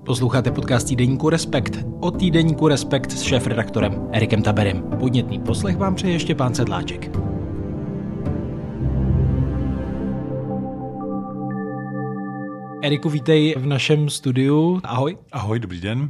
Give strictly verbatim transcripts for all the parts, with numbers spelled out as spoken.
Posloucháte podcast týdeníku Respekt od týdeníku Respekt s šéfredaktorem Erikem Taberem. Podnětný poslech vám přeje Štěpán Sedláček. Eriku, vítej v našem studiu. Ahoj. Ahoj, dobrý den.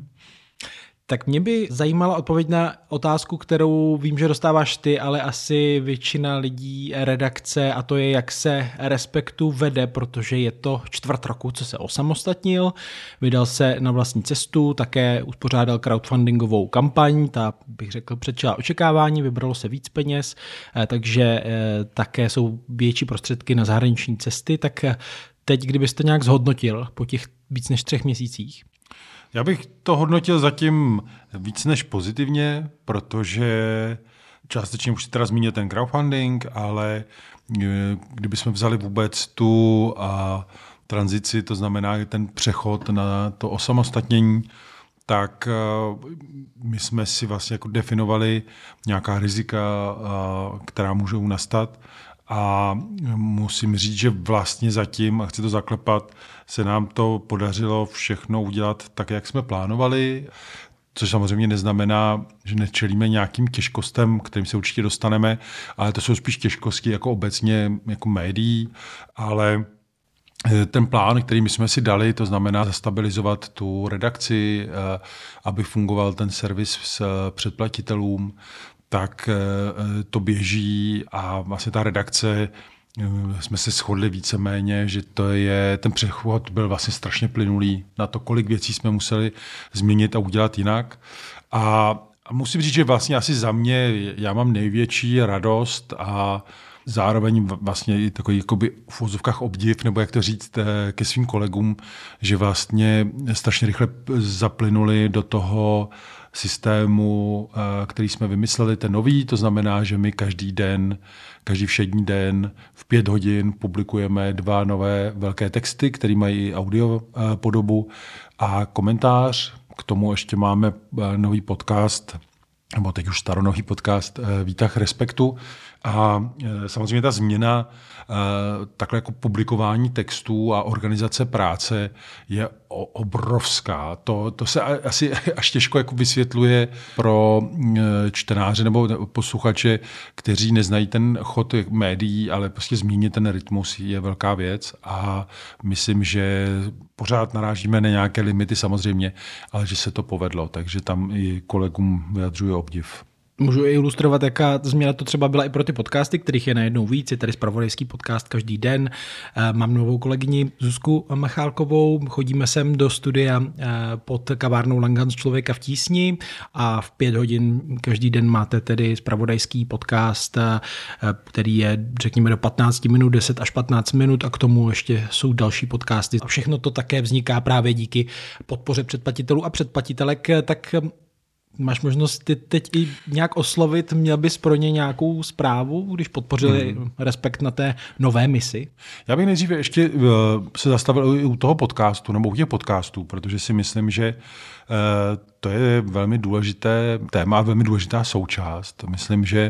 Tak mě by zajímala odpověď na otázku, kterou vím, že dostáváš ty, ale asi většina lidí redakce, a to je, jak se Respektu vede, protože je to čtvrt roku, co se osamostatnil, vydal se na vlastní cestu, také uspořádal crowdfundingovou kampaň, ta, bych řekl, předčila očekávání, vybralo se víc peněz, takže také jsou větší prostředky na zahraniční cesty. Tak teď, kdybys to nějak zhodnotil po těch víc než třech měsících? Já bych to hodnotil zatím víc než pozitivně, protože částečně už si teda zmínil ten crowdfunding, ale kdybychom vzali vůbec tu a tranzici, to znamená ten přechod na to osamostatnění, tak my jsme si vlastně jako definovali nějaká rizika, která můžou nastat. A musím říct, že vlastně zatím, a chci to zaklepat, se nám to podařilo všechno udělat tak, jak jsme plánovali, což samozřejmě neznamená, že nečelíme nějakým těžkostem, kterým se určitě dostaneme, ale to jsou spíš těžkosti jako obecně jako médií, ale ten plán, který my jsme si dali, to znamená zastabilizovat tu redakci, aby fungoval ten servis s předplatitelům, tak to běží a vlastně ta redakce, jsme se shodli víceméně, že to je, ten přechod byl vlastně strašně plynulý na to, kolik věcí jsme museli změnit a udělat jinak. A, a musím říct, že vlastně asi za mě, já mám největší radost a zároveň vlastně i takový jakoby v uvozovkách obdiv, nebo jak to říct, ke svým kolegům, že vlastně strašně rychle zaplynuli do toho systému, který jsme vymysleli, ten nový, to znamená, že my každý den, každý všední den v pět hodin publikujeme dva nové velké texty, které mají audio podobu a komentář. K tomu ještě máme nový podcast, nebo teď už staronový podcast Výtah Respektu. A samozřejmě ta změna takhle jako publikování textů a organizace práce je obrovská. To, to se asi až těžko jako vysvětluje pro čtenáře nebo posluchače, kteří neznají ten chod médií, ale prostě zmínit ten rytmus je velká věc a myslím, že pořád narážíme na nějaké limity samozřejmě, ale že se to povedlo, takže tam i kolegům vyjadřuju obdiv. Můžu ilustrovat, jaká změna to třeba byla i pro ty podcasty, kterých je najednou víc. Je tady zpravodajský podcast každý den. Mám novou kolegyni Zuzku Machálkovou. Chodíme sem do studia pod kavárnou Langhans Člověka v tísni a v pět hodin každý den máte tedy zpravodajský podcast, který je, řekněme, do patnáct minut, deset až patnáct minut a k tomu ještě jsou další podcasty. A všechno to také vzniká právě díky podpoře předplatitelů a předplatitelek. Tak máš možnost ty teď i nějak oslovit, měl bys pro ně nějakou zprávu, když podpořili hmm. Respekt na té nové misi? Já bych nejdříve ještě uh, se zastavil i u toho podcastu, nebo u těch podcastů, protože si myslím, že uh, to je velmi důležité téma, velmi důležitá součást. Myslím, že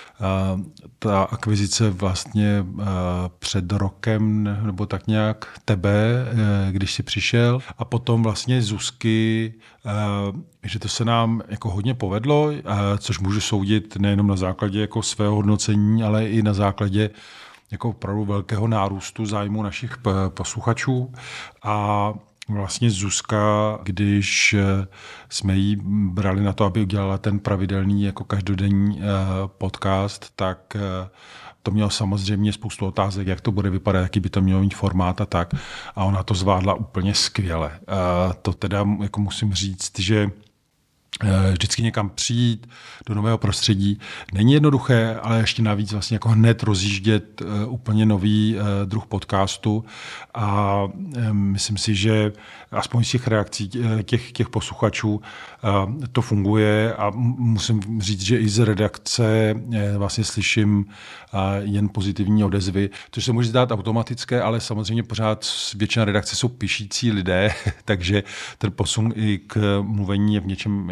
Uh, ta akvizice vlastně uh, před rokem nebo tak nějak tebe, uh, když jsi přišel a potom vlastně Zuzky, uh, že to se nám jako hodně povedlo, uh, což můžu soudit nejenom na základě jako svého hodnocení, ale i na základě jako opravdu velkého nárůstu zájmu našich p- posluchačů a vlastně Zuzka, když jsme jí brali na to, aby udělala ten pravidelný jako každodenní podcast, tak to mělo samozřejmě spoustu otázek, jak to bude vypadat, jaký by to mělo mít formát a tak. A ona to zvládla úplně skvěle. To teda jako musím říct, že vždycky někam přijít do nového prostředí není jednoduché, ale ještě navíc vlastně jako hned rozjíždět úplně nový druh podcastu a myslím si, že aspoň z těch reakcí těch, těch posluchačů to funguje a musím říct, že i z redakce vlastně slyším jen pozitivní odezvy, což se může zdát automatické, ale samozřejmě pořád většina redakce jsou píšící lidé, takže ten posun i k mluvení je v něčem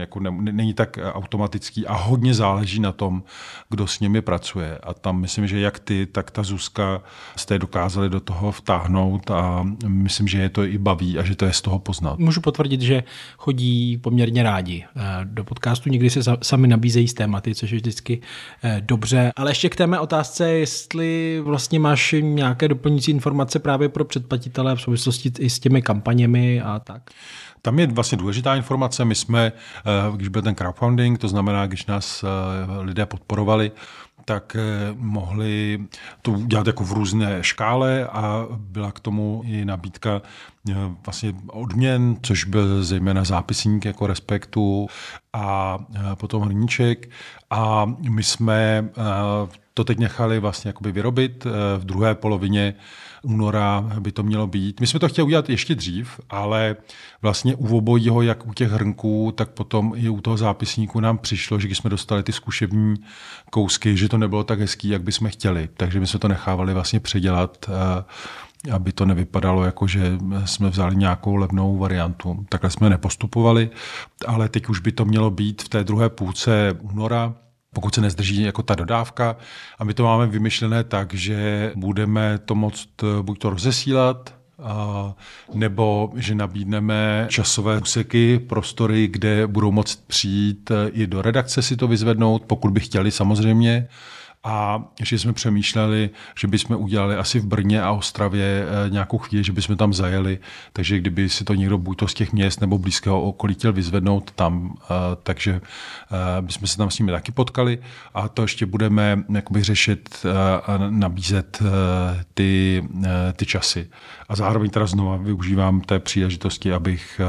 jako ne, není tak automatický a hodně záleží na tom, kdo s nimi pracuje. A tam myslím, že jak ty, tak ta Zuzka jste dokázali do toho vtáhnout a myslím, že je to i baví a že to je z toho poznat. Můžu potvrdit, že chodí poměrně rádi do podcastu, někdy se sami nabízejí z tématy, což je vždycky dobře. Ale ještě k té mé otázce, jestli vlastně máš nějaké doplňující informace právě pro předplatitele v souvislosti i s těmi kampaněmi a tak. Tam je vlastně důležitá informace. My jsme, když byl ten crowdfunding, to znamená, když nás lidé podporovali, tak mohli to udělat jako v různé škále a byla k tomu i nabídka vlastně odměn, což byl zejména zápisník jako Respektu a potom hrníček. A my jsme to teď nechali vlastně jakoby vyrobit. V druhé polovině února by to mělo být. My jsme to chtěli udělat ještě dřív, ale vlastně u obojího, jak u těch hrnků, tak potom i u toho zápisníku nám přišlo, že když jsme dostali ty zkušební kousky, že to nebylo tak hezký, jak bychom chtěli. Takže my jsme to nechávali vlastně předělat, aby to nevypadalo jako, že jsme vzali nějakou levnou variantu. Takhle jsme nepostupovali, ale teď už by to mělo být v té druhé půlce února, pokud se nezdrží jako ta dodávka. A my to máme vymyšlené tak, že budeme to moct buď to rozesílat, a, nebo že nabídneme časové úseky, prostory, kde budou moct přijít i do redakce si to vyzvednout, pokud by chtěli samozřejmě. A ještě jsme přemýšleli, že bychom udělali asi v Brně a Ostravě nějakou chvíli, že bychom tam zajeli, takže kdyby si to někdo buď to z těch měst nebo blízkého okolí chtěl vyzvednout tam, takže bychom se tam s nimi taky potkali a to ještě budeme jakoby řešit a nabízet ty, ty časy. A zároveň teda znova využívám té příležitosti, abych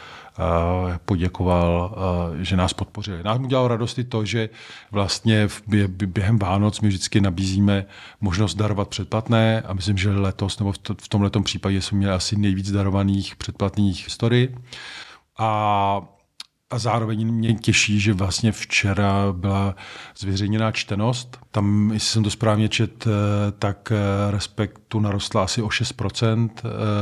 poděkoval, že nás podpořili. Nám udělalo radost i to, že vlastně během Vánoc my vždycky nabízíme možnost darovat předplatné a myslím, že letos nebo v tomhletom případě jsme měli asi nejvíc darovaných předplatných historií. A A zároveň mě těší, že vlastně včera byla zveřejněná čtenost. Tam, jestli jsem to správně čet, tak Respektu narostla asi o šest procent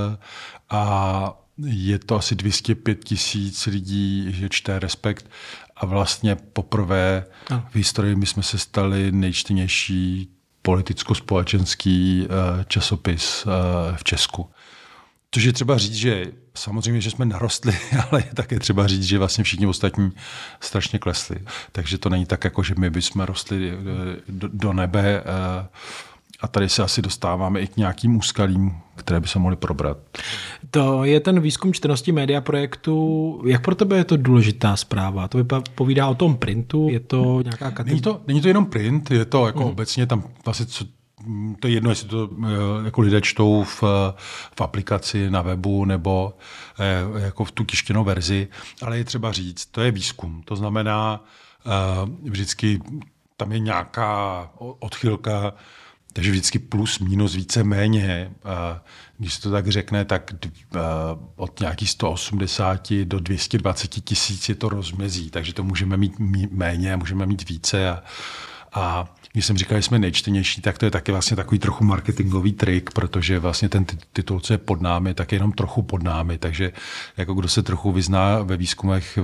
a je to asi dvě stě pět tisíc lidí, že čte Respekt a vlastně poprvé no. v historii my jsme se stali nejčtenější politicko-společenský časopis v Česku. Což je třeba říct, že samozřejmě, že jsme narostli, ale je také třeba říct, že vlastně všichni ostatní strašně klesli. Takže to není tak, jako že my bychom rostli do, do nebe a tady se asi dostáváme i k nějakým úskalím, které by se mohly probrat. To je ten výzkum čtenosti média projektu. Jak pro tebe je to důležitá zpráva? To povídá o tom printu? Je to nějaká kategorie? Není to, není to jenom print, je to jako mm. obecně tam vlastně co to je jedno, jestli to jako lidé čtou v, v aplikaci na webu nebo jako v tu tištěnou verzi, ale je třeba říct, to je výzkum. To znamená, vždycky tam je nějaká odchylka, takže vždycky plus, minus, více, méně. Když se to tak řekne, tak od nějakých sto osmdesát do dvě stě dvacet tisíc je to rozmezí, takže to můžeme mít méně, můžeme mít více a, a když jsem říkal, že jsme nejčtenější, tak to je taky vlastně takový trochu marketingový trik, protože vlastně ten titul, co je pod námi, tak je jenom trochu pod námi, takže jako kdo se trochu vyzná ve výzkumech,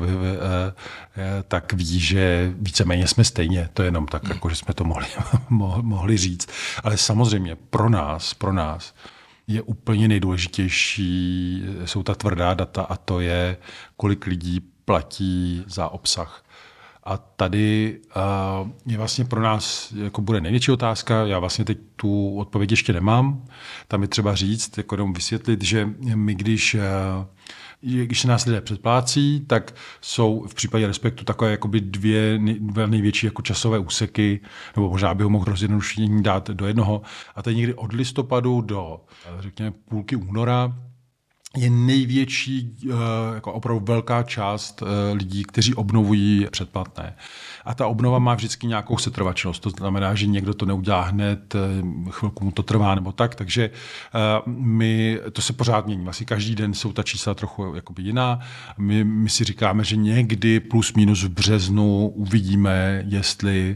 tak ví, že víceméně jsme stejně, to je jenom tak, jako, že jsme to mohli, mohli říct. Ale samozřejmě pro nás, pro nás je úplně nejdůležitější, jsou ta tvrdá data a to je, kolik lidí platí za obsah. A tady uh, je vlastně pro nás jako bude největší otázka. Já vlastně teď tu odpověď ještě nemám. Tam je třeba říct, jako jenom vysvětlit, že my, když, uh, když se nás lidé předplácí, tak jsou v případě Respektu takové jakoby dvě největší jako časové úseky, nebo možná by ho mohl rozjednodušení dát do jednoho. A to je někdy od listopadu do, řekněme, půlky února, je největší, jako opravdu velká část lidí, kteří obnovují předplatné. A ta obnova má vždycky nějakou setrvačnost. To znamená, že někdo to neudělá hned, chvilku mu to trvá nebo tak, takže my, to se pořád mění. Asi každý den jsou ta čísla trochu jakoby jiná. My, my si říkáme, že někdy plus minus v březnu uvidíme, jestli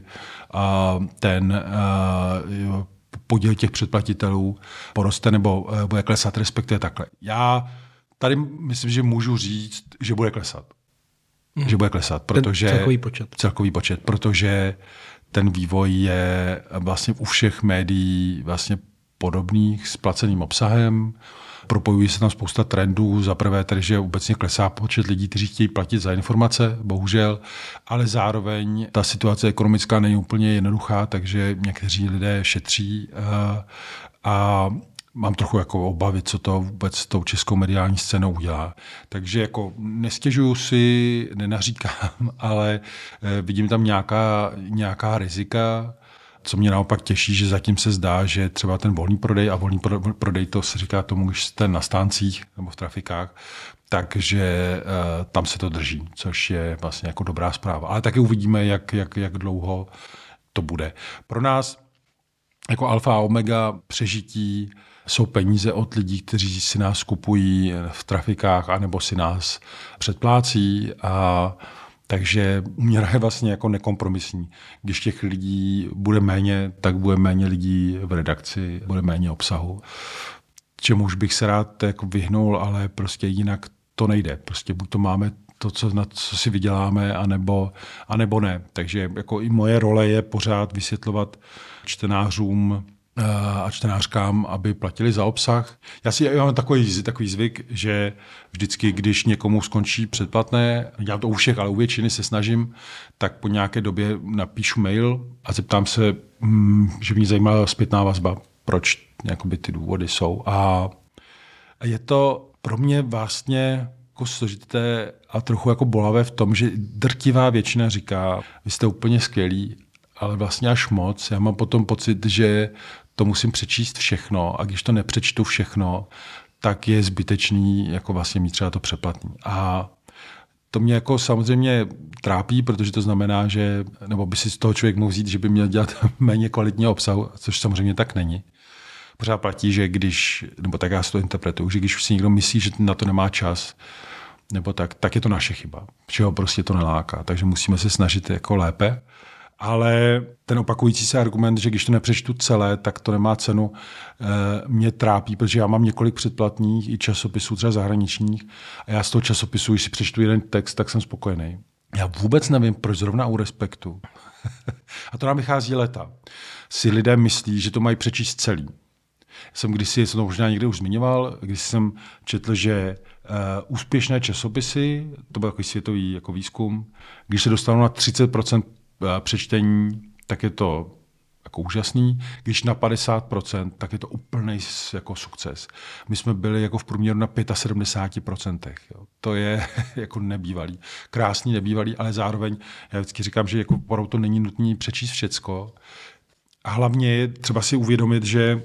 ten podíl těch předplatitelů poroste nebo bude klesat, respektive takhle. Já tady myslím, že můžu říct, že bude klesat. mm. že bude klesat, protože ten celkový počet. celkový počet, protože ten vývoj je vlastně u všech médií vlastně podobných s placeným obsahem. Propojují se tam spousta trendů. Za prvé tedy, že obecně klesá počet lidí, kteří chtějí platit za informace, bohužel, ale zároveň ta situace ekonomická není úplně jednoduchá, takže někteří lidé šetří a, a mám trochu jako obavy, co to vůbec s tou českou mediální scénou udělá. Takže jako nestěžuju si, nenaříkám, ale vidím tam nějaká, nějaká rizika. Co mě naopak těší, že zatím se zdá, že třeba ten volný prodej, a volný prodej to se říká tomu, když jste na stáncích nebo v trafikách, takže uh, tam se to drží, což je vlastně jako dobrá zpráva. Ale taky uvidíme, jak, jak, jak dlouho to bude. Pro nás jako alfa a omega přežití jsou peníze od lidí, kteří si nás kupují v trafikách anebo si nás předplácí, a takže úměra je vlastně jako nekompromisní. Když těch lidí bude méně, tak bude méně lidí v redakci, bude méně obsahu. Čemuž bych se rád jako vyhnul, ale prostě jinak to nejde. Prostě buď to máme to, co, na co si vyděláme, anebo, anebo ne. Takže jako i moje role je pořád vysvětlovat čtenářům a čtenářkám, aby platili za obsah. Já si já mám takový, takový zvyk, že vždycky, když někomu skončí předplatné, dělám to u všech, ale u většiny se snažím, tak po nějaké době napíšu mail a zeptám se, že mě zajímá zpětná vazba, proč jakoby ty důvody jsou. A je to pro mě vlastně jako složité a trochu jako bolavé v tom, že drtivá většina říká, vy jste úplně skvělí, ale vlastně až moc. Já mám potom pocit, že to musím přečíst všechno, a když to nepřečtu všechno, tak je zbytečný jako vlastně mít třeba to přeplatný. A to mě jako samozřejmě trápí, protože to znamená, že, nebo by si z toho člověk mohl vzít, že by měl dělat méně kvalitního obsahu, což samozřejmě tak není. Pořád platí, že když, nebo tak já si to interpretuju, že když si někdo myslí, že na to nemá čas, nebo tak, tak je to naše chyba, že ho prostě to neláká. Takže musíme se snažit jako lépe. Ale ten opakující se argument, že když to nepřečtu celé, tak to nemá cenu, mě trápí, protože já mám několik předplatných i časopisů, třeba zahraničních, a já z toho časopisu, když si přečtu jeden text, tak jsem spokojený. Já vůbec nevím, proč zrovna u Respektu, a to nám vychází leta, si lidé myslí, že to mají přečíst celý. Jsem kdysi, jsem to možná někde už zmiňoval, když jsem četl, že uh, úspěšné časopisy, to byl takový světový jako výzkum, když se dostanou na třicet procent přečtení, tak je to jako úžasný. Když na padesát procent, tak je to úplný jako sukces. My jsme byli jako v průměru na sedmdesát pět procent. Jo. To je jako nebývalý. Krásný nebývalý, ale zároveň já vždycky říkám, že jako porou to není nutné přečíst všecko. A hlavně je třeba si uvědomit, že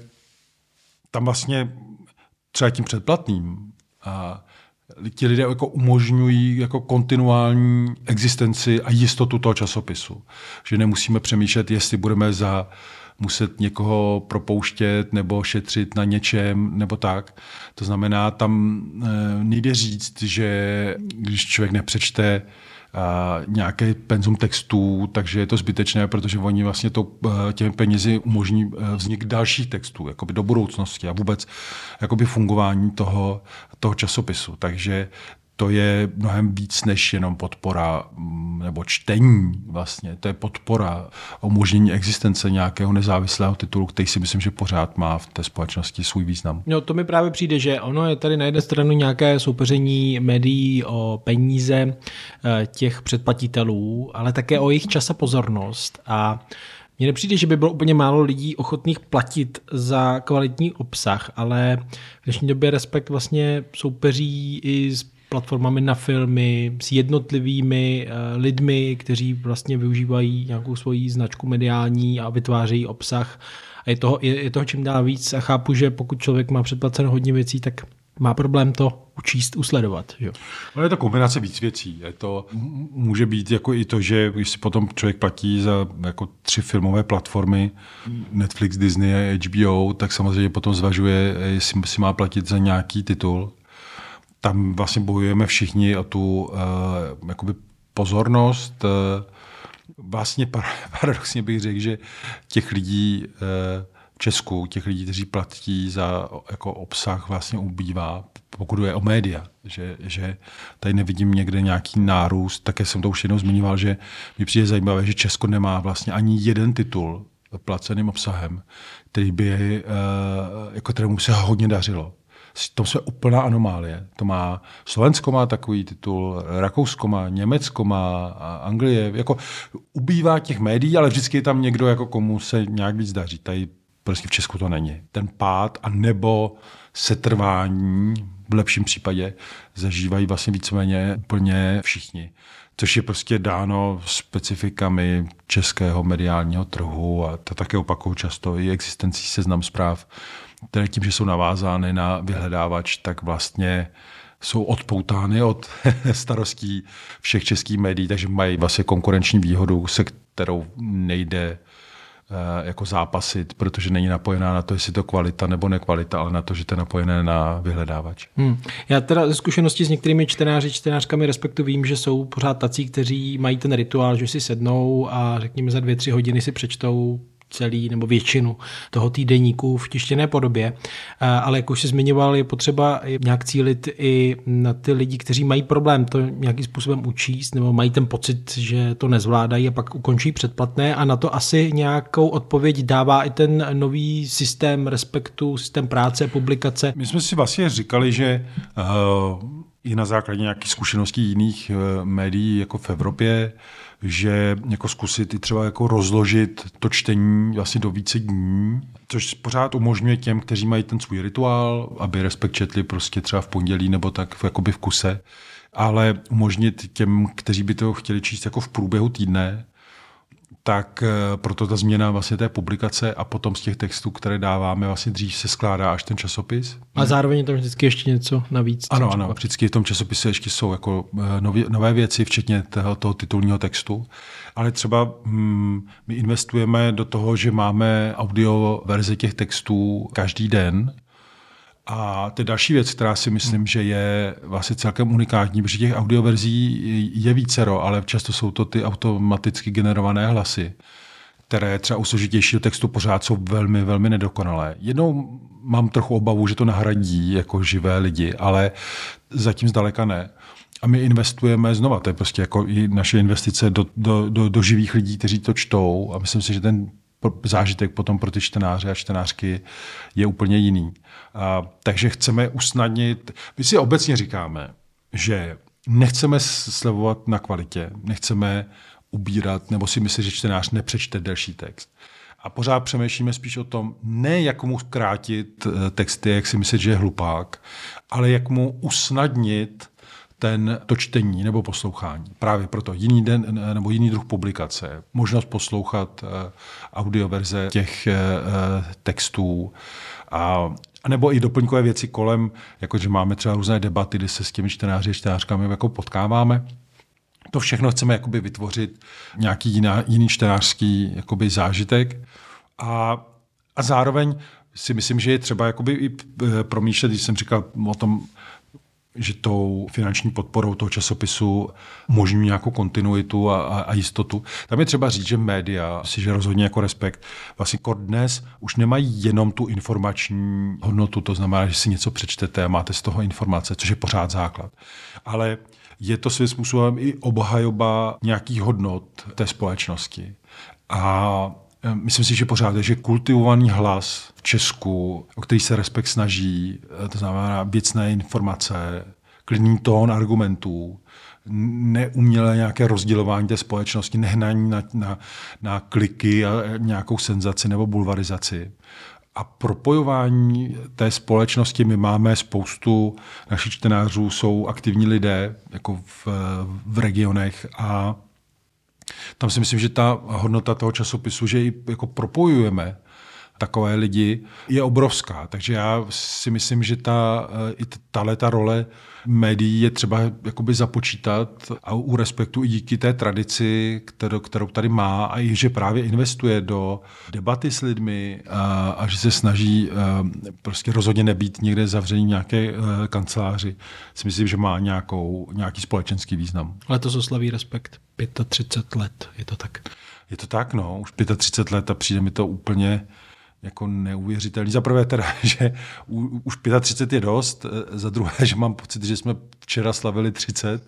tam vlastně třeba tím předplatným a ti lidé jako umožňují jako kontinuální existenci a jistotu toho časopisu. Že nemusíme přemýšlet, jestli budeme za muset někoho propouštět nebo šetřit na něčem nebo tak. To znamená, tam nejde říct, že když člověk nepřečte a nějaké penzum textů, takže je to zbytečné, protože oni vlastně to, těmi penězi umožní vznik dalších textů jakoby do budoucnosti a vůbec jakoby fungování toho, toho časopisu. Takže to je mnohem víc než jenom podpora nebo čtení vlastně. To je podpora umožnění existence nějakého nezávislého titulu, který si myslím, že pořád má v té společnosti svůj význam. No to mi právě přijde, že ono je tady na jedné stranu nějaké soupeření médií o peníze těch předplatitelů, ale také o jejich čas a pozornost. A mně nepřijde, že by bylo úplně málo lidí ochotných platit za kvalitní obsah, ale v dnešní době Respekt vlastně soupeří i s platformami na filmy, s jednotlivými uh, lidmi, kteří vlastně využívají nějakou svoji značku mediální a vytvářejí obsah. A je toho, je, je toho čím dál víc a chápu, že pokud člověk má předplaceno hodně věcí, tak má problém to učíst, usledovat. Jo. Ale je to kombinace víc věcí. Je to, může být jako i to, že když si potom člověk platí za jako tři filmové platformy, Netflix, Disney a H B O, tak samozřejmě potom zvažuje, jestli si má platit za nějaký titul. Tam vlastně bojujeme všichni o tu uh, jakoby pozornost. Uh, vlastně paradoxně bych řekl, že těch lidí uh, v Česku, těch lidí, kteří platí za jako obsah, vlastně ubývá. pokud je o média, že, že tady nevidím někde nějaký nárůst, také jsem to už jednou zmiňoval, že mi přijde zajímavé, že Česko nemá vlastně ani jeden titul placeným obsahem, který by, jako kterému se hodně dařilo. To je úplná anomálie. To má, Slovensko má takový titul, Rakousko má, Německo má, Anglie. Jako ubývá těch médií, ale vždycky je tam někdo, jako komu se nějak víc daří. Tady prostě v Česku to není. Ten pád a nebo setrvání v lepším případě zažívají vlastně víceméně úplně všichni. Což je prostě dáno specifikami českého mediálního trhu a to také opakuju často i existencí Seznam Zpráv, které tím, že jsou navázány na vyhledávač, tak vlastně jsou odpoutány od starostí všech českých médií, takže mají vlastně konkurenční výhodu, se kterou nejde jako zápasit, protože není napojená na to, jestli to kvalita nebo nekvalita, ale na to, že to je napojené na vyhledávač. Hmm. Já teda ze zkušenosti s některými čtenáři, čtenářkami respektu vím, že jsou pořád tací, kteří mají ten rituál, že si sednou a řekněme za dvě, tři hodiny si přečtou celý nebo většinu toho týdeníku v tištěné podobě. Ale jak už jsi zmiňoval, je potřeba nějak cílit i na ty lidi, kteří mají problém to nějakým způsobem učíst nebo mají ten pocit, že to nezvládají a pak ukončí předplatné a na to asi nějakou odpověď dává i ten nový systém respektu, systém práce, publikace. My jsme si vlastně říkali, že uh, i na základě nějakých zkušeností jiných uh, médií jako v Evropě, že jako zkusit i třeba jako rozložit to čtení vlastně do více dní, což pořád umožňuje těm, kteří mají ten svůj rituál, aby Respekt četli prostě třeba v pondělí nebo tak jakoby v kuse, ale umožnit těm, kteří by to chtěli číst jako v průběhu týdne, tak proto ta změna vlastně té publikace a potom z těch textů, které dáváme, vlastně dřív se skládá až ten časopis. A zároveň je tam vždycky ještě něco navíc. Ano, ano, vždycky v tom časopise ještě jsou jako nově, nové věci, včetně toho, toho titulního textu. Ale třeba hm, my investujeme do toho, že máme audio verze těch textů každý den. A to je další věc, která si myslím, že je vlastně celkem unikátní, protože těch audioverzí je vícero, ale často jsou to ty automaticky generované hlasy, které třeba u složitějšího textu pořád jsou velmi, velmi nedokonalé. Jednou mám trochu obavu, že to nahradí jako živé lidi, ale zatím zdaleka ne. A my investujeme znova, to je prostě jako i naše investice do, do, do, do živých lidí, kteří to čtou a myslím si, že ten zážitek potom pro ty čtenáře a čtenářky je úplně jiný. A, takže chceme usnadnit, my si obecně říkáme, že nechceme slevovat na kvalitě, nechceme ubírat, nebo si myslí, že čtenář nepřečte delší text. A pořád přemýšlíme spíš o tom, ne jak mu zkrátit texty, jak si myslet, že je hlupák, ale jak mu usnadnit ten, to čtení nebo poslouchání. Právě proto jiný den nebo jiný druh publikace, možnost poslouchat uh, audioverze těch uh, textů a, a nebo i doplňkové věci kolem, jakože máme třeba různé debaty, kdy se s těmi čtenáři a čtenářkami jako potkáváme. To všechno chceme jakoby vytvořit nějaký jiná, jiný čtenářský jakoby zážitek a, a zároveň si myslím, že je třeba jakoby i promýšlet, když jsem říkal o tom, že tou finanční podporou toho časopisu umožňují nějakou kontinuitu a, a, a jistotu. Tam je třeba říct, že média, si že rozhodně jako Respekt, vlastně dnes už nemají jenom tu informační hodnotu, to znamená, že si něco přečtete a máte z toho informace, což je pořád základ. Ale je to svým způsobem i obhajoba nějakých hodnot té společnosti. A myslím si, že pořád je, že kultivovaný hlas v Česku, o který se Respekt snaží, to znamená věcné informace, klidný tón argumentů, neumělé nějaké rozdělování té společnosti, nehnání na, na, na kliky a nějakou senzaci nebo bulvarizaci. A propojování té společnosti, my máme spoustu našich čtenářů, jsou aktivní lidé jako v, v regionech a tam si myslím, že ta hodnota toho časopisu, že ji jako propojujeme takové lidi, je obrovská. Takže já si myslím, že ta, i tato role médií je třeba jakoby započítat a u Respektu i díky té tradici, kterou, kterou tady má a i že právě investuje do debaty s lidmi a, a že se snaží prostě rozhodně nebýt někde zavřený v nějaké kanceláři, si myslím, že má nějakou, nějaký společenský význam. Letos oslaví Respekt třicet pět let, je to tak? Je to tak, no, už třicet pět let a přijde mi to úplně jako neuvěřitelný. Za prvé teda, že už třicet pět je dost, za druhé, že mám pocit, že jsme včera slavili třicet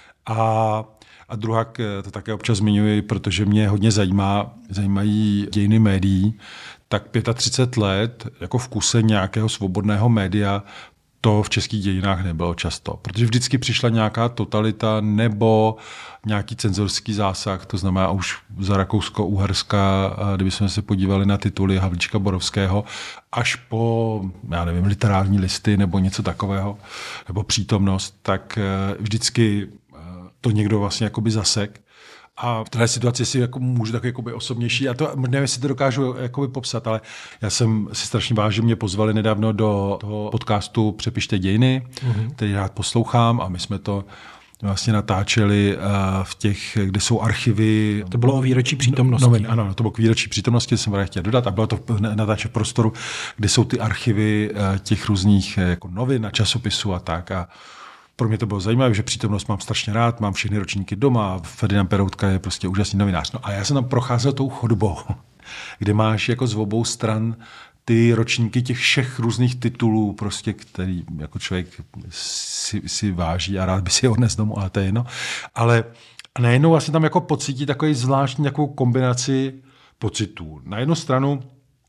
a, a druhá, to také občas zmiňuji, protože mě hodně zajímá, zajímají dějiny médií, tak třicet pět let jako v kuse nějakého svobodného média to v českých dějinách nebylo často, protože vždycky přišla nějaká totalita nebo nějaký cenzorský zásah, to znamená už za Rakousko-Uherska, kdybychom se podívali na tituly Havlíčka Borovského, až po, já nevím, literární listy nebo něco takového, nebo přítomnost, tak vždycky to někdo vlastně jakoby zasek. A v téhle situaci si jako můžu tak jakoby osobnější, a to nevím, jestli to dokážu jakoby popsat, ale já jsem si strašně vážil, že mě pozvali nedávno do toho podcastu Přepište dějiny, mm-hmm. který rád poslouchám, a my jsme to vlastně natáčeli v těch, kde jsou archivy. To bylo o výročí přítomnosti. Novin, ano, to bylo k výročí přítomnosti, jsem právě chtěl dodat, a bylo to natáčet v prostoru, kde jsou ty archivy těch různých jako novin a časopisů a tak. A pro mě to bylo zajímavé, že přítomnost mám strašně rád, mám všechny ročníky doma, Ferdinand Peroutka je prostě úžasný novinář. No a já jsem tam procházel tou chodbou, kde máš jako z obou stran ty ročníky těch všech různých titulů, prostě, který jako člověk si, si váží a rád by si je odnes domů, ale to je jedno. Ale najednou vlastně tam jako pocítí takový zvláštní nějakou kombinaci pocitů. Na jednu stranu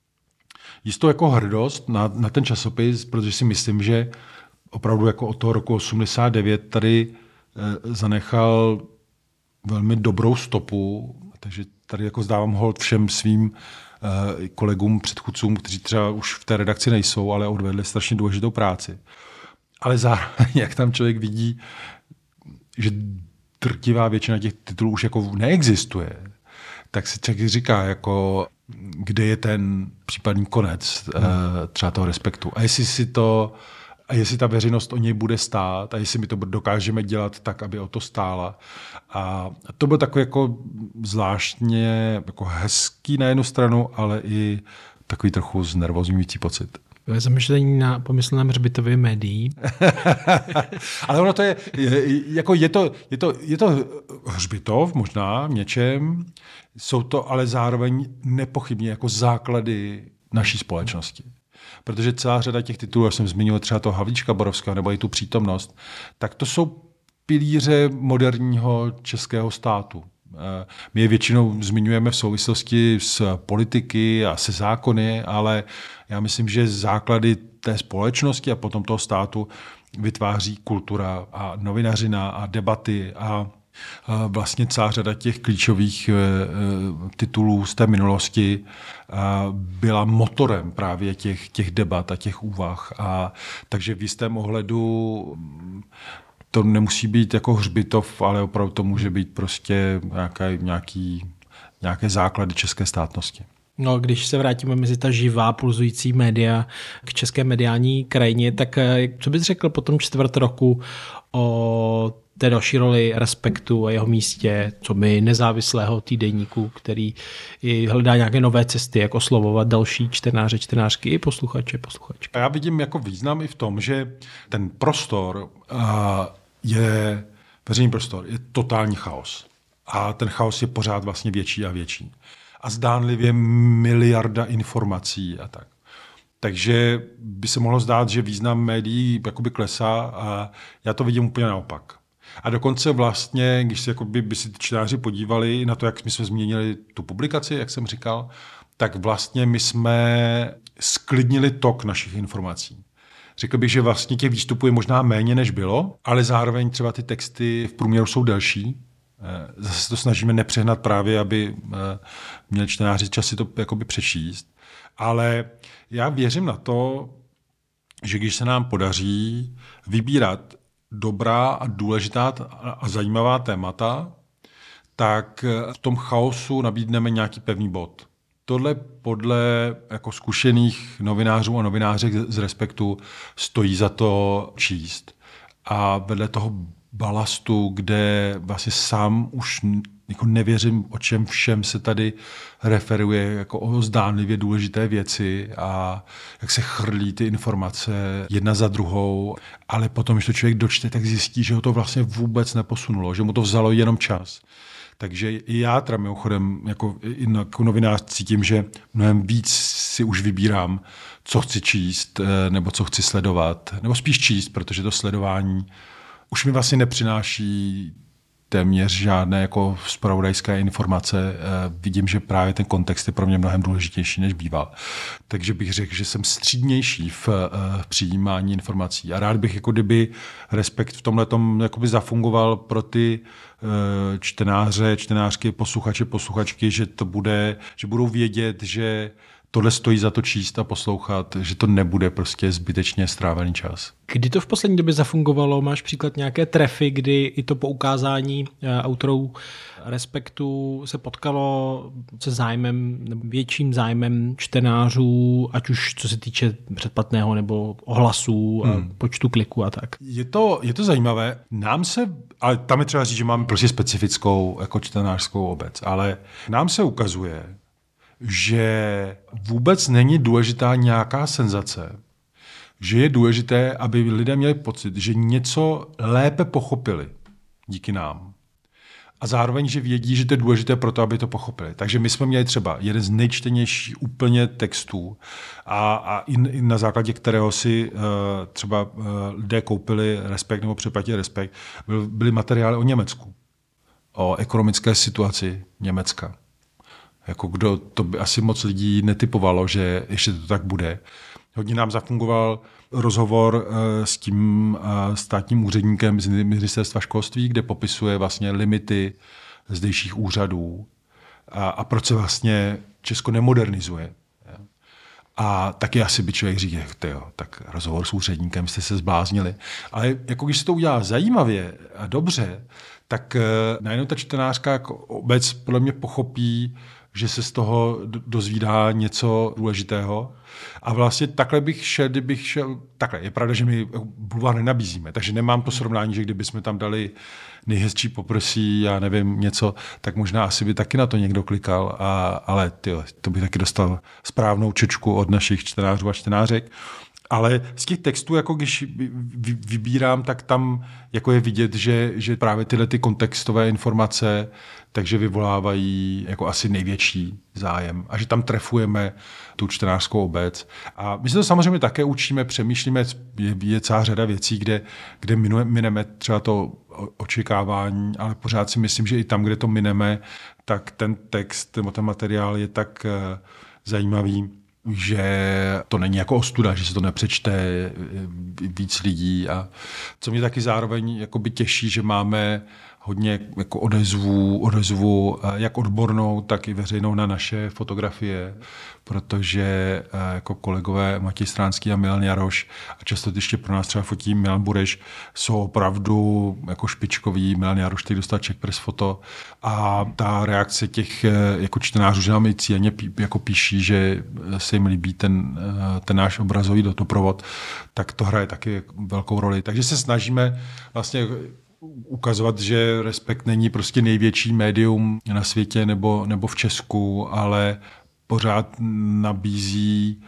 jistou jako hrdost na, na ten časopis, protože si myslím, že opravdu jako od toho roku osmdesát devět tady e, zanechal velmi dobrou stopu, takže tady jako zdávám hold všem svým e, kolegům, předchůdcům, kteří třeba už v té redakci nejsou, ale odvedli strašně důležitou práci. Ale zároveň, jak tam člověk vidí, že drtivá většina těch titulů už jako neexistuje, tak si člověk říká, jako, kde je ten případný konec e, třeba toho Respektu. A jestli si to A jestli ta veřejnost o něj bude stát a jestli my to dokážeme dělat tak, aby o to stála. A to byl takový jako zvláštně jako hezký na jednu stranu, ale i takový trochu znervozňující pocit. Zamyšlení na pomyslném hřbitově médií. Ale ono to je, je, jako je to, je to, je to hřbitov možná v něčem, jsou to ale zároveň nepochybně jako základy naší společnosti. Protože celá řada těch titulů, já jsem zmínil třeba toho Havlíčka Borovského nebo i tu přítomnost, tak to jsou pilíře moderního českého státu. My je většinou zmiňujeme v souvislosti s politiky a se zákony, ale já myslím, že základy té společnosti a potom toho státu vytváří kultura a novinařina a debaty a vlastně celá řada těch klíčových titulů z té minulosti byla motorem právě těch, těch debat a těch úvah. A takže v jistém ohledu to nemusí být jako hřbitov, ale opravdu to může být prostě nějaký, nějaký, nějaké základy české státnosti. No, když se vrátíme mezi ta živá, pulzující média k české mediální krajině, tak co bys řekl po tom čtvrt roku o té další roli Respektu a jeho místě, co by nezávislého týdeníku, který hledá nějaké nové cesty, jak oslovovat další čtenáře, čtenářky i posluchače, posluchačky. A já vidím jako význam i v tom, že ten prostor je, veřejný prostor, je totální chaos. A ten chaos je pořád vlastně větší a větší. A zdánlivě miliarda informací a tak. Takže by se mohlo zdát, že význam médií jakoby klesá, a já to vidím úplně naopak. A dokonce vlastně, když se jakoby, by si ty čtenáři podívali na to, jak my jsme změnili tu publikaci, jak jsem říkal, tak vlastně my jsme sklidnili tok našich informací. Řekl bych, že vlastně těch výstupů je možná méně, než bylo, ale zároveň třeba ty texty v průměru jsou delší. Zase to snažíme nepřehnat právě, aby měli čtenáři čas si to jakoby přečíst. Ale já věřím na to, že když se nám podaří vybírat dobrá a důležitá a zajímavá témata, tak v tom chaosu nabídneme nějaký pevný bod. Tohle podle jako zkušených novinářů a novinářek z Respektu stojí za to číst. A vedle toho balastu, kde vlastně sám už jako nevěřím, o čem všem se tady referuje, jako o zdánlivě důležité věci a jak se chrlí ty informace jedna za druhou, ale potom, když to člověk dočte, tak zjistí, že ho to vlastně vůbec neposunulo, že mu to vzalo jenom čas. Takže i já teda mimochodem jako, jako novinář cítím, že mnohem víc si už vybírám, co chci číst, nebo co chci sledovat, nebo spíš číst, protože to sledování už mi vlastně nepřináší téměř žádné jako zpravodajské informace. Vidím, že právě ten kontext je pro mě mnohem důležitější, než býval. Takže bych řekl, že jsem střídnější v, v přijímání informací. A rád bych, jako kdyby Respekt v tomhletom jakoby zafungoval pro ty čtenáře, čtenářky, posluchače, posluchačky, že to bude, že budou vědět, že tohle stojí za to číst a poslouchat, že to nebude prostě zbytečně strávený čas. Kdy to v poslední době zafungovalo? Máš příklad nějaké trefy, kdy i to poukázání autorů Respektu se potkalo se zájmem, nebo větším zájmem čtenářů, ať už co se týče předplatného nebo ohlasů a hmm. počtu kliků a tak? Je to, je to zajímavé. Nám se, ale tam je třeba říct, že máme prostě specifickou jako čtenářskou obec, ale nám se ukazuje, že vůbec není důležitá nějaká senzace, že je důležité, aby lidé měli pocit, že něco lépe pochopili díky nám. A zároveň, že vědí, že to je důležité pro to, aby to pochopili. Takže my jsme měli třeba jeden z nejčtenějších úplně textů a, a i, i na základě kterého si uh, třeba uh, lidé koupili Respekt nebo přeplatili Respekt, byl, byly materiály o Německu, o ekonomické situaci Německa. Jako kdo, to by asi moc lidí netypovalo, že ještě to tak bude. Hodně nám zafungoval rozhovor uh, s tím uh, státním úředníkem z ministerstva školství, kde popisuje vlastně limity zdejších úřadů a, a proč se vlastně Česko nemodernizuje. A taky asi by člověk říkal, tyjo, tak rozhovor s úředníkem, jste se zbláznili. Ale jako když se to udělá zajímavě a dobře, tak uh, najednou ta čtenářka jako obec podle mě pochopí, že se z toho dozvídá něco důležitého. A vlastně takhle bych šel, kdybych šel, takhle, je pravda, že my bulvár nenabízíme, takže nemám to srovnání, že kdybychom tam dali nejhezčí poprsí, já nevím, něco, tak možná asi by taky na to někdo klikal, a, ale tyjo, to by taky dostal správnou čečku od našich čtenářů a čtenářek. Ale z těch textů, jako když vybírám, tak tam jako je vidět, že, že právě tyhle ty kontextové informace takže vyvolávají jako asi největší zájem a že tam trefujeme tu čtenářskou obec. A my se to samozřejmě také učíme, přemýšlíme, je, je celá řada věcí, kde, kde mineme třeba to očekávání, ale pořád si myslím, že i tam, kde to mineme, tak ten text, ten materiál je tak uh, zajímavý, že to není jako ostuda, že se to nepřečte víc lidí. A co mě taky zároveň jakoby těší, že máme hodně jako odezvu, odezvu jak odbornou, tak i veřejnou na naše fotografie, protože jako kolegové Matěj Stránský a Milan Jaroš, a často ještě pro nás třeba fotí Milan Bureš, jsou opravdu jako špičkoví. Milan Jaroš teď dostal Czech Press foto a ta reakce těch jako čtenářů, že nám i cíleně pí, jako píší, že se jim líbí ten, ten náš obrazový doprovod, tak to hraje taky velkou roli. Takže se snažíme vlastně ukazovat, že Respekt není prostě největší médium na světě nebo, nebo v Česku, ale pořád nabízí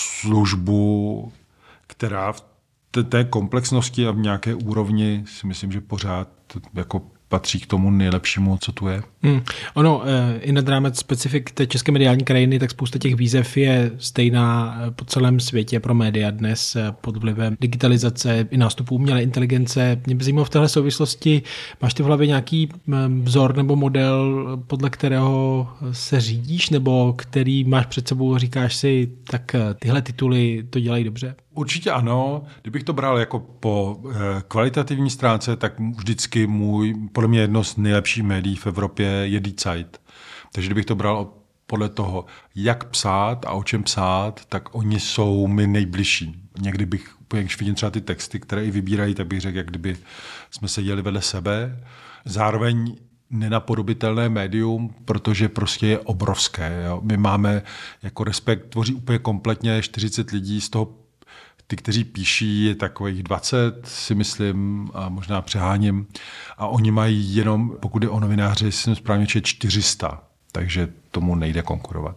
službu, která v té komplexnosti a v nějaké úrovni si myslím, že pořád jako patří k tomu nejlepšímu, co tu je. Hmm. Ono, i nad rámec specifik té české mediální krajiny, tak spousta těch výzev je stejná po celém světě pro média dnes pod vlivem digitalizace i nástupu umělé inteligence. Mě by zajímalo v téhle souvislosti, máš ty v hlavě nějaký vzor nebo model, podle kterého se řídíš, nebo který máš před sebou a říkáš si, tak tyhle tituly to dělají dobře? Určitě ano. Kdybych to bral jako po kvalitativní stránce, tak vždycky můj, podle mě jedno z nejlepších médií v Evropě je Die Zeit. Takže kdybych to bral podle toho, jak psát a o čem psát, tak oni jsou mi nejbližší. Někdy bych, když vidím třeba ty texty, které i vybírají, tak bych řekl, jak kdyby jsme seděli vedle sebe. Zároveň nenapodobitelné médium, protože prostě je obrovské. Jo. My máme jako Respekt, tvoří úplně kompletně čtyřicet lidí, z toho ty, kteří píší, je takových dvacet, si myslím, a možná přeháním. A oni mají jenom, pokud je o novináři, si správně čtyři sta, takže tomu nejde konkurovat.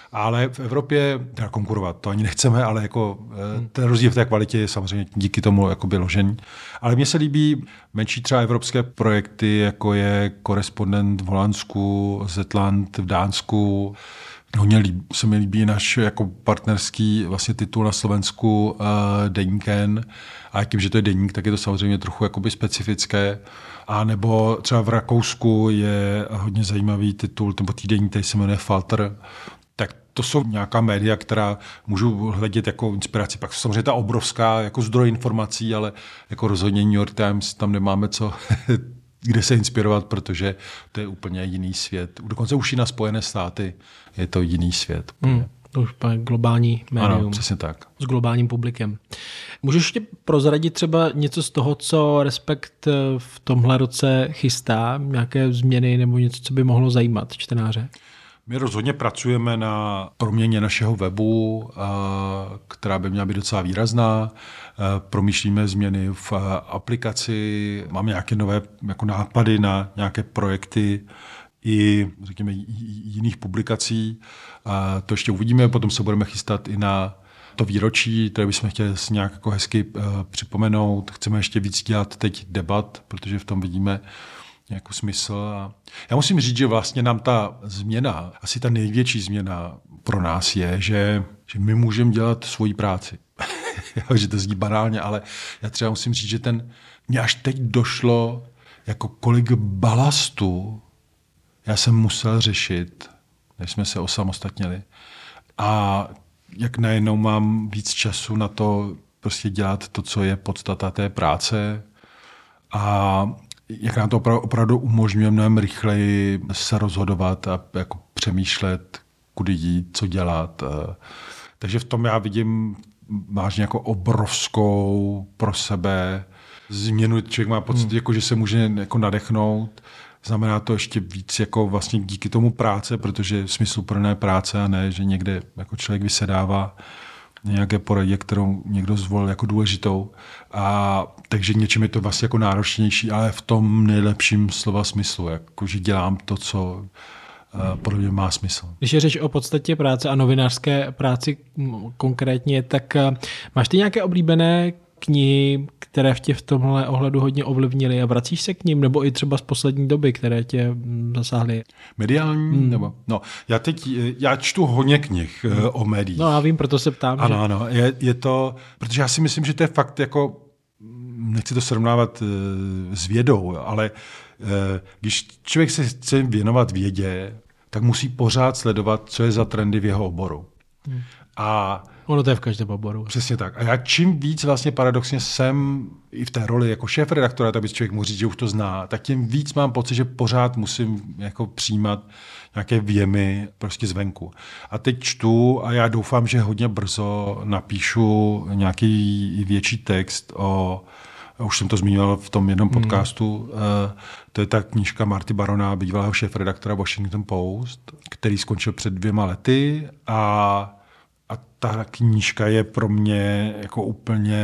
Ale v Evropě, teda konkurovat, to ani nechceme, ale jako ten rozdíl v té kvalitě je samozřejmě díky tomu jakoby ložení. Ale mně se líbí menší třeba evropské projekty, jako je Korespondent v Holandsku, Zetland v Dánsku. Hodně líbí, se mi líbí náš jako partnerský vlastně titul na Slovensku uh, Deníken. A tím, že to je deník, tak je to samozřejmě trochu jakoby specifické. A nebo třeba v Rakousku je hodně zajímavý titul, nebo týdeník, který se jmenuje Falter. Tak to jsou nějaká média, která můžu hledět jako inspiraci. Pak samozřejmě ta obrovská jako zdroj informací, ale jako rozhodně New York Times, tam nemáme co kde se inspirovat, protože to je úplně jiný svět. Dokonce už i na Spojené státy je to jiný svět. Hmm, to už je globální médium. Ano, přesně tak. S globálním publikem. Můžeš ještě prozradit třeba něco z toho, co Respekt v tomhle roce chystá? Nějaké změny nebo něco, co by mohlo zajímat čtenáře? My rozhodně pracujeme na proměně našeho webu, která by měla být docela výrazná. Promýšlíme změny v aplikaci, máme nějaké nové jako nápady na nějaké projekty i řekněme, jiných publikací. To ještě uvidíme, potom se budeme chystat i na to výročí, které bychom chtěli si nějak jako hezky připomenout. Chceme ještě víc dělat teď debat, protože v tom vidíme jako smysl. A já musím říct, že vlastně nám ta změna, asi ta největší změna pro nás je, že, že my můžeme dělat svoji práci. Že to zní banálně, ale já třeba musím říct, že ten, mě až teď došlo, jako kolik balastu já jsem musel řešit, než jsme se osamostatnili. A jak najednou mám víc času na to prostě dělat to, co je podstata té práce. A jak nám to opravdu umožňuje mnohem rychleji se rozhodovat a jako přemýšlet, kudy jít, co dělat. Takže v tom já vidím vážně jako obrovskou pro sebe změnu. Člověk má pocit, hmm. jako, že se může jako nadechnout. Znamená to ještě víc jako vlastně díky tomu práce, protože smysluplné práce a ne, že někde jako člověk vysedává nějaké poradě, kterou někdo zvolil jako důležitou. A takže něčím je to vlastně jako náročnější, ale v tom nejlepším slova smyslu, jako že dělám to, co uh, podle mě má smysl. Když je řeč o podstatě práce a novinářské práci konkrétně, tak uh, máš ty nějaké oblíbené knihy, které v tě v tomhle ohledu hodně ovlivnily a vracíš se k nim, nebo i třeba z poslední doby, které tě zasáhly? Mediální? Hmm. Nebo? No, já teď, já čtu hodně knih hmm. o médiích. No já vím, proto se ptám. Ano, že... ano, je, je to, protože já si myslím, že to je fakt jako, nechci to srovnávat s vědou, ale když člověk se chce věnovat vědě, tak musí pořád sledovat, co je za trendy v jeho oboru. Hmm. A ono to je v každém oboru. Přesně tak. A já čím víc vlastně paradoxně jsem i v té roli jako šéfredaktora, tak by člověk mohl říct, že už to zná, tak tím víc mám pocit, že pořád musím jako přijímat nějaké věmy prostě zvenku. A teď čtu a já doufám, že hodně brzo napíšu nějaký větší text o, už jsem to zmiňoval v tom jednom podcastu, hmm. to je ta knížka Marty Barona, bývalého šéfredaktora Washington Post, který skončil před dvěma lety a A ta knížka je pro mě jako úplně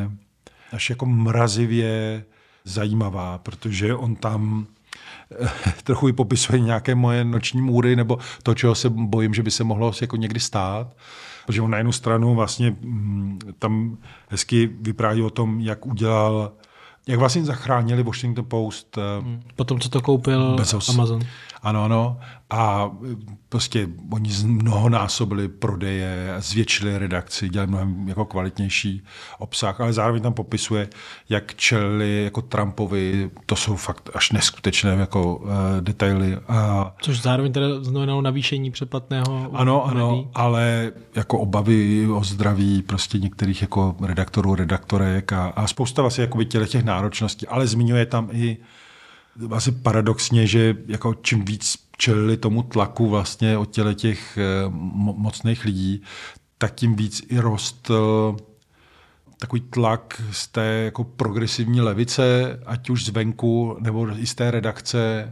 až jako mrazivě zajímavá, protože on tam trochu i popisuje nějaké moje noční můry nebo to, čeho se bojím, že by se mohlo jako někdy stát. Protože on na jednu stranu vlastně tam hezky vypráví o tom, jak udělal, jak vlastně zachránili Washington Post. Potom, co to koupil Bezos. Amazon. Ano, ano. A prostě oni mnohonásobili prodeje, zvětšili redakci, dělali mnohem jako kvalitnější obsah, ale zároveň tam popisuje, jak čelili jako Trumpovi, to jsou fakt až neskutečné jako uh, detaily. A což zároveň teda znamenalo navýšení předplatného. Ano, ano, médií. Ale jako obavy o zdraví prostě některých jako redaktorů, redaktorek a, a spousta vlastně jako těch, těch náročností, ale zmiňuje tam i vlastně paradoxně, že jako čím víc čelili tomu tlaku vlastně od těle těch mo- mocných lidí, tak tím víc i rostl takový tlak z té jako progresivní levice, ať už zvenku, nebo i z té redakce,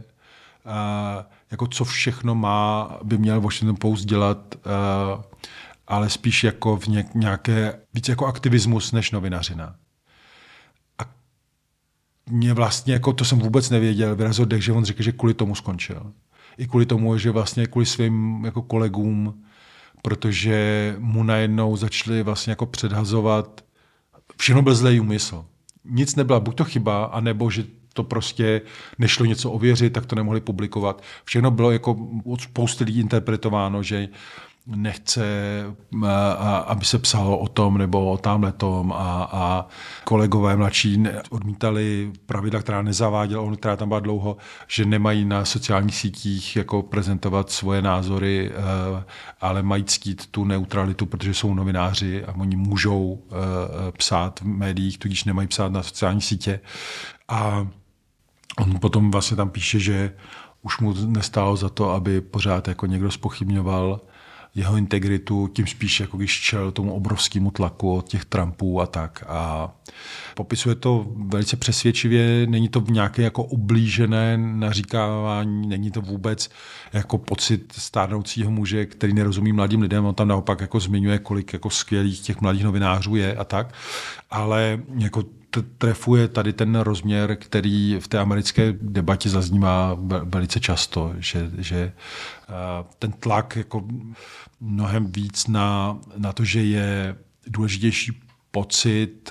a jako co všechno má, by měl Washington Post dělat, a, ale spíš jako v nějaké, víc jako aktivismus než novinařina. Mě vlastně, jako to jsem vůbec nevěděl, vyrazil dech, že on řekl, že kvůli tomu skončil. I kvůli tomu, že vlastně kvůli svým jako kolegům protože mu najednou začali vlastně jako předhazovat, všechno byl zlej úmysl. Nic nebyla buď to chyba, anebo že to prostě nešlo něco ověřit, tak to nemohli publikovat. Všechno bylo jako od spousty lidí interpretováno, že nechce, aby se psalo o tom nebo o tamhletom a, a kolegové mladší odmítali pravidla, která nezaváděla, on, která tam byla dlouho, že nemají na sociálních sítích jako prezentovat svoje názory, ale mají ctít tu neutralitu, protože jsou novináři a oni můžou psát v médiích, tudíž nemají psát na sociální sítě. A on potom vlastně tam píše, že už mu nestálo za to, aby pořád jako někdo zpochybňoval jeho integritu, tím spíš jako když čel tomu obrovskému tlaku od těch Trumpů a tak. A popisuje to velice přesvědčivě, není to v nějaké jako ublížené naříkávání, není to vůbec jako pocit stárnoucího muže, který nerozumí mladým lidem, on tam naopak jako zmiňuje, kolik jako skvělých těch mladých novinářů je a tak, ale jako trefuje tady ten rozměr, který v té americké debatě zaznívá velice často, že, že ten tlak jako mnohem víc na, na to, že je důležitější pocit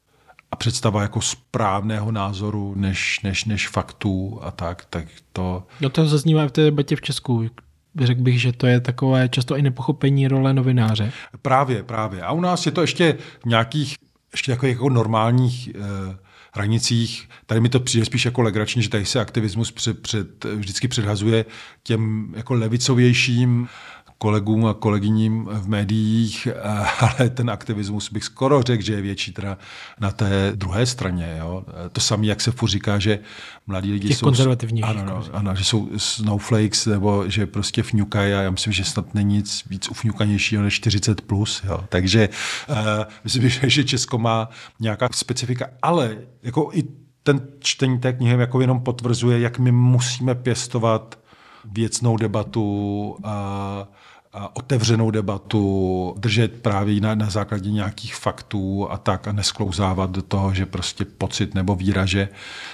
a představa jako správného názoru než, než, než faktů a tak, tak to... No to zaznívá v té debatě v Česku. Řekl bych, že to je takové často i nepochopení role novináře. Právě, právě. A u nás je to ještě v nějakých ještě takových jako normálních eh, hranicích. Tady mi to přijde spíš jako legrační, že tady se aktivismus před, před, vždycky předhazuje těm jako levicovějším kolegům a kolegyním v médiích, ale ten aktivismus bych skoro řekl, že je větší teda na té druhé straně. Jo. To samé, jak se furt říká, že mladí lidi těch jsou... konzervativnějších. Ano, ano, ano, že jsou snowflakes, nebo že prostě fňukají a já myslím, že snad není nic víc ufňukanějšího než čtyřicet plus. Jo. Takže uh, myslím, že Česko má nějaká specifika, ale jako i ten čtení té knihy jako jenom potvrzuje, jak my musíme pěstovat věcnou debatu a, a otevřenou debatu, držet právě na, na základě nějakých faktů a tak a nesklouzávat do toho, že prostě pocit nebo víra, že,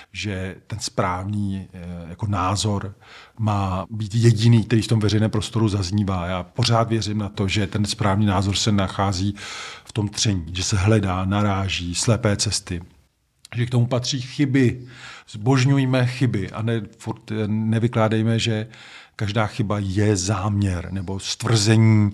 že ten správný jako názor má být jediný, který v tom veřejném prostoru zaznívá. Já pořád věřím na to, že ten správný názor se nachází v tom tření, že se hledá, naráží, slepé cesty, že k tomu patří chyby. Zbožňujme chyby a ne, furt nevykládejme, že každá chyba je záměr nebo stvrzení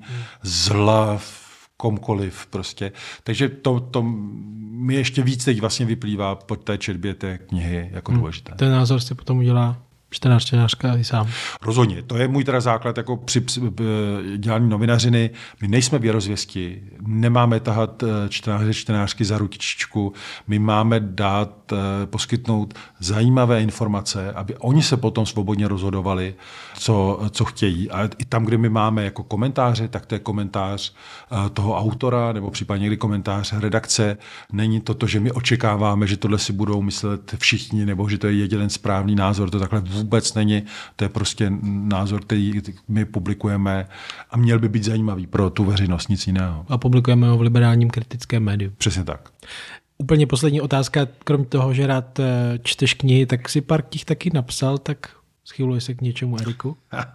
zla v komkoliv prostě. Takže to, to mi ještě víc teď vlastně vyplývá po té četbě té knihy jako hmm. důležité. Ten názor si potom udělá čtenář, čtenářka i sám. Rozhodně. To je můj teda základ jako při dělání novinařiny. My nejsme věrozvěsti, nemáme tahat čtenáře, čtenářky za ručičku, my máme dát, poskytnout zajímavé informace, aby oni se potom svobodně rozhodovali, co, co chtějí. A i tam, kde my máme jako komentáře, tak to je komentář toho autora, nebo případně někdy komentář redakce. Není to to, že my očekáváme, že tohle si budou myslet všichni, nebo že to je jeden správný názor. To takhle vůbec není. To je prostě názor, který my publikujeme a měl by být zajímavý pro tu veřejnost, nic jiného. A publikujeme ho v liberálním kritickém médiu. Přesně tak. Úplně poslední otázka, krom toho, že rád čteš knihy, tak si pár knih taky napsal, tak schyluje se k něčemu, Eriku?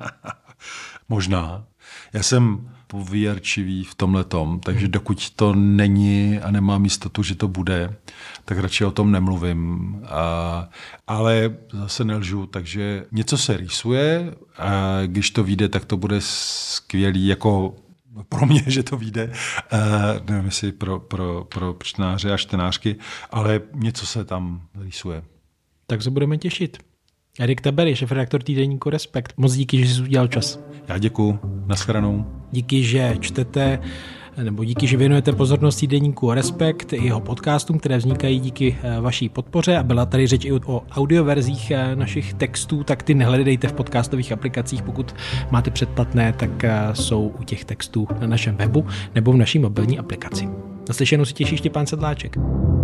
Možná. Já jsem pověrčivý v tomhletom, takže dokud to není a nemám jistotu, že to bude, tak radši o tom nemluvím. A, ale zase nelžu, takže něco se rýsuje a když to vyjde, tak to bude skvělý, jako pro mě, že to vyjde, uh, nevím jestli pro, pro, pro čtenáře a čtenářky, ale něco se tam rýsuje. Tak se budeme těšit. Erik Tabery, šéfredaktor týdeníku Respekt. Moc díky, že jsi udělal čas. Já děkuju. Naschledanou. Díky, že čtete, nebo díky, že věnujete pozornost týdeníku Respekt i jeho podcastům, které vznikají díky vaší podpoře a byla tady řeč i o audioverzích našich textů, tak ty nehledejte v podcastových aplikacích, pokud máte předplatné, tak jsou u těch textů na našem webu nebo v naší mobilní aplikaci. Naslyšenou si těší Štěpán Sedláček.